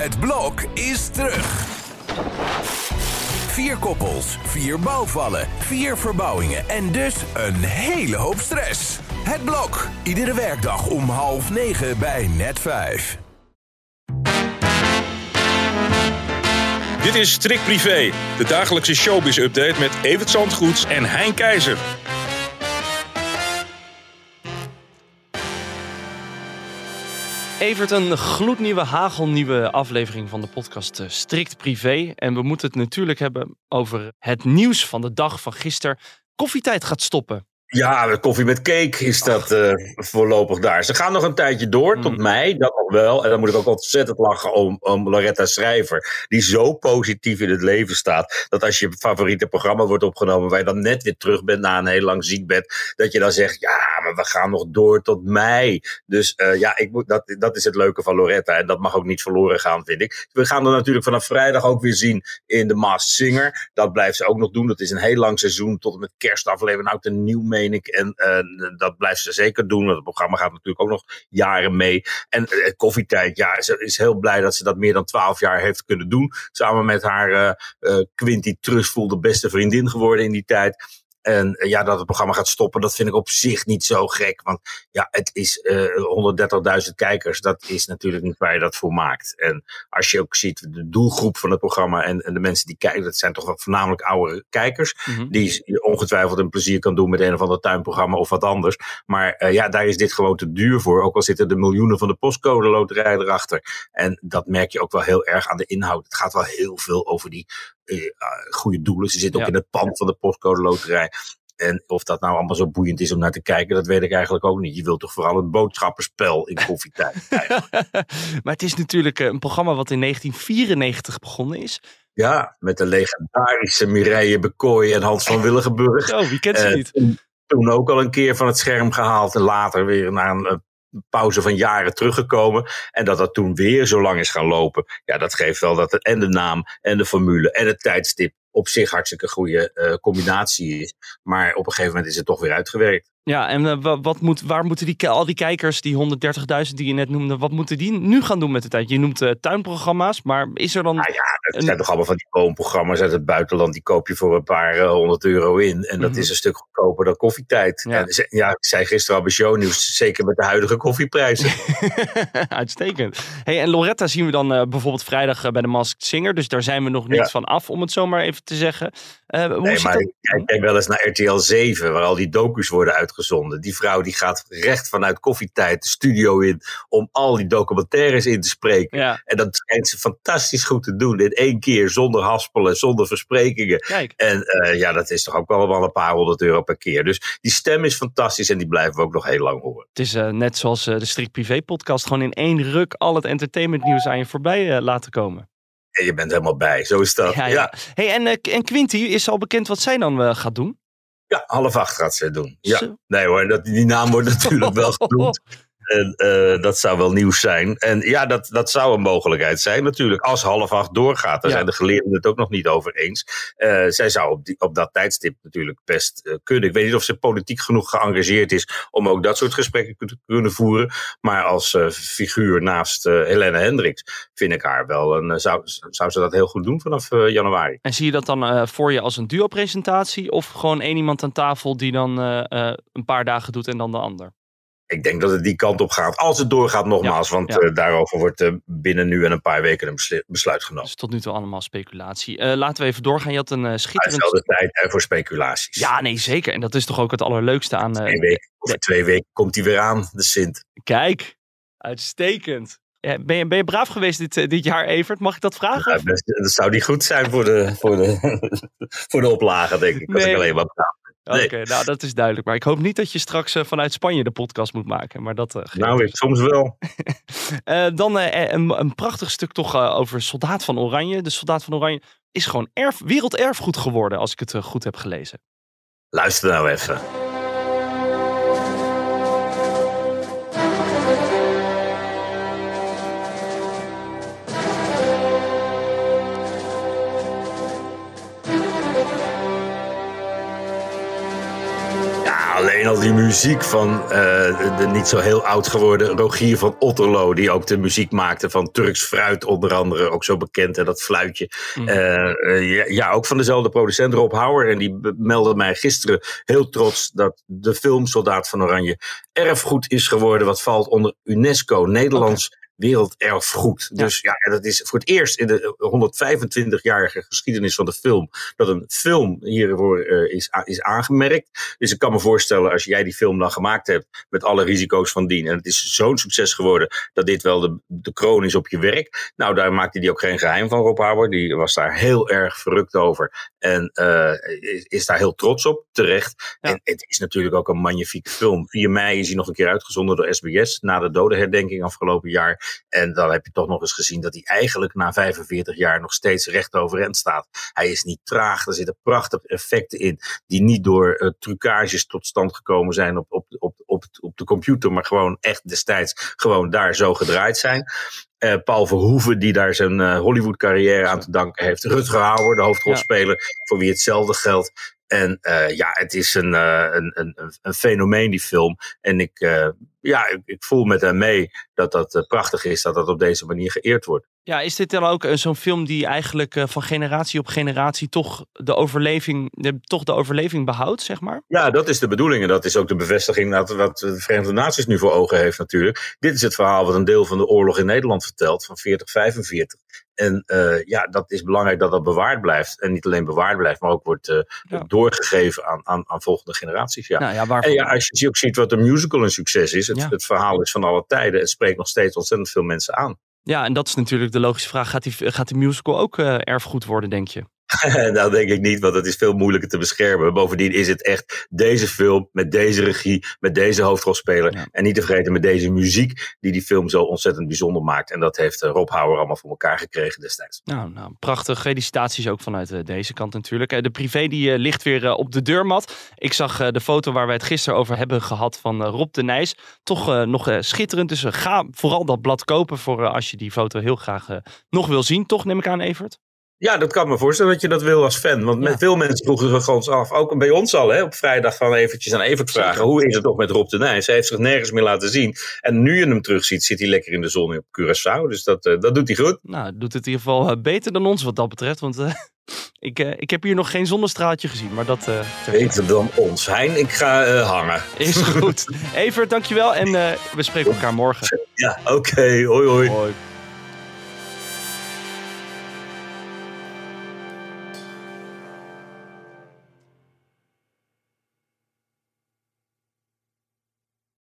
Het blok is terug. 4 koppels, 4 bouwvallen, 4 verbouwingen en dus een hele hoop stress. Het blok, iedere werkdag om 8:30 bij Net5. Dit is Strik Privé, de dagelijkse showbiz-update met Evert Zandgoeds en Hein Keizer. Evert, een gloednieuwe, hagelnieuwe aflevering van de podcast Strikt Privé. En we moeten het natuurlijk hebben over het nieuws van de dag van gisteren. Koffietijd gaat stoppen. Ja, de koffie met cake is dat voorlopig daar. Ze gaan nog een tijdje door, tot mei, dat nog wel. En dan moet ik ook ontzettend lachen om Loretta Schrijver, die zo positief in het leven staat, dat als je favoriete programma wordt opgenomen, waar je dan net weer terug bent na een heel lang ziekbed, dat je dan zegt, ja, maar we gaan nog door tot mei. Dus dat is het leuke van Loretta. En dat mag ook niet verloren gaan, vind ik. We gaan er natuurlijk vanaf vrijdag ook weer zien in The Masked Singer. Dat blijft ze ook nog doen. Dat is een heel lang seizoen, tot en met kerstaflevering, ook een nieuw meen ik. En dat blijft ze zeker doen. Want het programma gaat natuurlijk ook nog jaren mee. En Koffietijd, ja, ze is heel blij dat ze dat meer dan 12 jaar heeft kunnen doen. Samen met haar Quinty Trustful, de beste vriendin geworden in die tijd. En dat het programma gaat stoppen, dat vind ik op zich niet zo gek. Want ja, het is 130.000 kijkers. Dat is natuurlijk niet waar je dat voor maakt. En als je ook ziet, de doelgroep van het programma en de mensen die kijken, dat zijn toch wel voornamelijk oudere kijkers. Mm-hmm. Die ongetwijfeld een plezier kan doen met een of ander tuinprogramma of wat anders. Maar daar is dit gewoon te duur voor. Ook al zitten de miljoenen van de postcode loterij erachter. En dat merk je ook wel heel erg aan de inhoud. Het gaat wel heel veel over die goede doelen. Ze zitten ook in het pand van de postcode loterij. En of dat nou allemaal zo boeiend is om naar te kijken, dat weet ik eigenlijk ook niet. Je wilt toch vooral het boodschappenspel in Koffietijd. Maar het is natuurlijk een programma wat in 1994 begonnen is. Ja, met de legendarische Mireille Bekooi en Hans van Willigenburg. Oh, wie kent ze niet? Toen ook al een keer van het scherm gehaald en later weer naar een pauze van jaren teruggekomen. En dat toen weer zo lang is gaan lopen. Ja, dat geeft wel dat en de naam en de formule en het tijdstip op zich hartstikke goede combinatie is. Maar op een gegeven moment is het toch weer uitgewerkt. Ja, en waar moeten al die kijkers, die 130.000 die je net noemde, wat moeten die nu gaan doen met de tijd? Je noemt tuinprogramma's, maar is er dan... dat zijn toch allemaal van die woonprogramma's uit het buitenland. Die koop je voor een paar €100 in. En dat is een stuk goedkoper dan Koffietijd. Ja. En ik zei gisteren al bij Shownieuws, zeker met de huidige koffieprijzen. Uitstekend. Hey, en Loretta zien we dan bijvoorbeeld vrijdag bij de Masked Singer. Dus daar zijn we nog niet van af, om het zo maar even te zeggen. Ik kijk wel eens naar RTL 7, waar al die docus worden uitgezonden. Die vrouw die gaat recht vanuit Koffietijd de studio in om al die documentaires in te spreken. Ja. En dat schijnt ze fantastisch goed te doen. In 1 keer, zonder haspelen, zonder versprekingen. Kijk. En dat is toch ook wel een paar €100 per keer. Dus die stem is fantastisch en die blijven we ook nog heel lang horen. Het is net zoals de Strikt Privé podcast, gewoon in 1 ruk al het entertainmentnieuws aan je voorbij laten komen. En je bent helemaal bij, zo is dat. Ja. Hey, en Quinty, is al bekend wat zij dan gaat doen? Ja, 7:30 gaat ze doen. Ja. Nee hoor, die naam wordt natuurlijk wel genoemd. En dat zou wel nieuws zijn. En ja, dat zou een mogelijkheid zijn natuurlijk. Als 7:30 doorgaat, daar zijn de geleerden het ook nog niet over eens. Zij zou op dat tijdstip natuurlijk best kunnen. Ik weet niet of ze politiek genoeg geëngageerd is om ook dat soort gesprekken te kunnen voeren. Maar als figuur naast Helene Hendricks vind ik haar wel zou ze dat heel goed doen vanaf januari. En zie je dat dan voor je als een duo-presentatie of gewoon 1 iemand aan tafel die dan een paar dagen doet en dan de ander? Ik denk dat het die kant op gaat. Als het doorgaat nogmaals. Want daarover wordt binnen nu en een paar weken een besluit genomen. Dus tot nu toe allemaal speculatie. Laten we even doorgaan. Je had een schitterend... Het is wel de tijd voor speculaties. Ja, nee, zeker. En dat is toch ook het allerleukste aan... Over 2 weken komt hij weer aan, de Sint. Kijk, uitstekend. Ja, ben je braaf geweest dit jaar, Evert? Mag ik dat vragen? Ja, dat zou niet goed zijn voor de oplage, denk ik. Als ik alleen maar praat. Nee. Oké, nou dat is duidelijk. Maar ik hoop niet dat je straks vanuit Spanje de podcast moet maken. Maar dat soms wel. Dan een prachtig stuk toch over Soldaat van Oranje. De Soldaat van Oranje is gewoon werelderfgoed geworden, als ik het goed heb gelezen. Luister nou even. Alleen alleen al die muziek van de niet zo heel oud geworden Rogier van Otterlo, die ook de muziek maakte van Turks Fruit onder andere, ook zo bekend, en dat fluitje. Ook van dezelfde producent Rob Hauer, en die meldde mij gisteren heel trots dat de film Soldaat van Oranje erfgoed is geworden, wat valt onder UNESCO, Nederlands werelderfgoed. Ja. Dus dat is voor het eerst in de 125-jarige geschiedenis van de film dat een film hiervoor is aangemerkt. Dus ik kan me voorstellen, als jij die film dan gemaakt hebt met alle risico's van dien, en het is zo'n succes geworden dat dit wel de kroon is op je werk. Nou, daar maakte hij ook geen geheim van, Rob Hauer. Die was daar heel erg verrukt over en is daar heel trots op, terecht. Ja. En het is natuurlijk ook een magnifieke film. 4 mei is hij nog een keer uitgezonden door SBS na de dodenherdenking afgelopen jaar. En dan heb je toch nog eens gezien dat hij eigenlijk na 45 jaar nog steeds recht overeind staat. Hij is niet traag, er zitten prachtige effecten in die niet door trucages tot stand gekomen zijn op de computer, maar gewoon echt destijds gewoon daar zo gedraaid zijn. Paul Verhoeven, die daar zijn Hollywood carrière aan te danken heeft. Rutger Hauer, de hoofdrolspeler, voor wie hetzelfde geldt. En het is een fenomeen, die film. En ik voel met hem mee dat prachtig is dat op deze manier geëerd wordt. Ja, is dit dan ook zo'n film die eigenlijk van generatie op generatie toch de overleving behoudt, zeg maar? Ja, dat is de bedoeling. En dat is ook de bevestiging wat de Verenigde Naties nu voor ogen heeft natuurlijk. Dit is het verhaal wat een deel van de oorlog in Nederland vertelt, van 40-45. En dat is belangrijk dat dat bewaard blijft. En niet alleen bewaard blijft, maar ook wordt doorgegeven aan volgende generaties. Ja. En als je ook ziet wat een musical een succes is. Het verhaal is van alle tijden. Het spreekt nog steeds ontzettend veel mensen aan. Ja, en dat is natuurlijk de logische vraag. Gaat die musical ook erfgoed worden, denk je? Nou, denk ik niet, want het is veel moeilijker te beschermen. Bovendien is het echt deze film met deze regie, met deze hoofdrolspeler. Ja. En niet te vergeten met deze muziek die film zo ontzettend bijzonder maakt. En dat heeft Rob Hauer allemaal voor elkaar gekregen destijds. Nou, prachtig. Felicitaties ook vanuit deze kant natuurlijk. De privé die ligt weer op de deurmat. Ik zag de foto waar wij het gisteren over hebben gehad van Rob de Nijs. Toch nog schitterend. Dus ga vooral dat blad kopen voor als je die foto heel graag nog wil zien. Toch, neem ik aan, Evert? Ja, dat kan me voorstellen dat je dat wil als fan. Want met veel mensen vroegen zich ons af, ook bij ons al, op vrijdag van eventjes aan Evert vragen. Hoe is het toch met Rob de Nijs? Hij heeft zich nergens meer laten zien. En nu je hem terugziet, zit hij lekker in de zon op Curaçao. Dus dat doet hij goed. Nou, doet het in ieder geval beter dan ons wat dat betreft. Want ik heb hier nog geen zonnestraaltje gezien. Maar dat... beter dan ons. Hein, ik ga hangen. Is goed. Evert, dankjewel. En we spreken elkaar morgen. Ja, oké. Hoi, hoi. Hoi.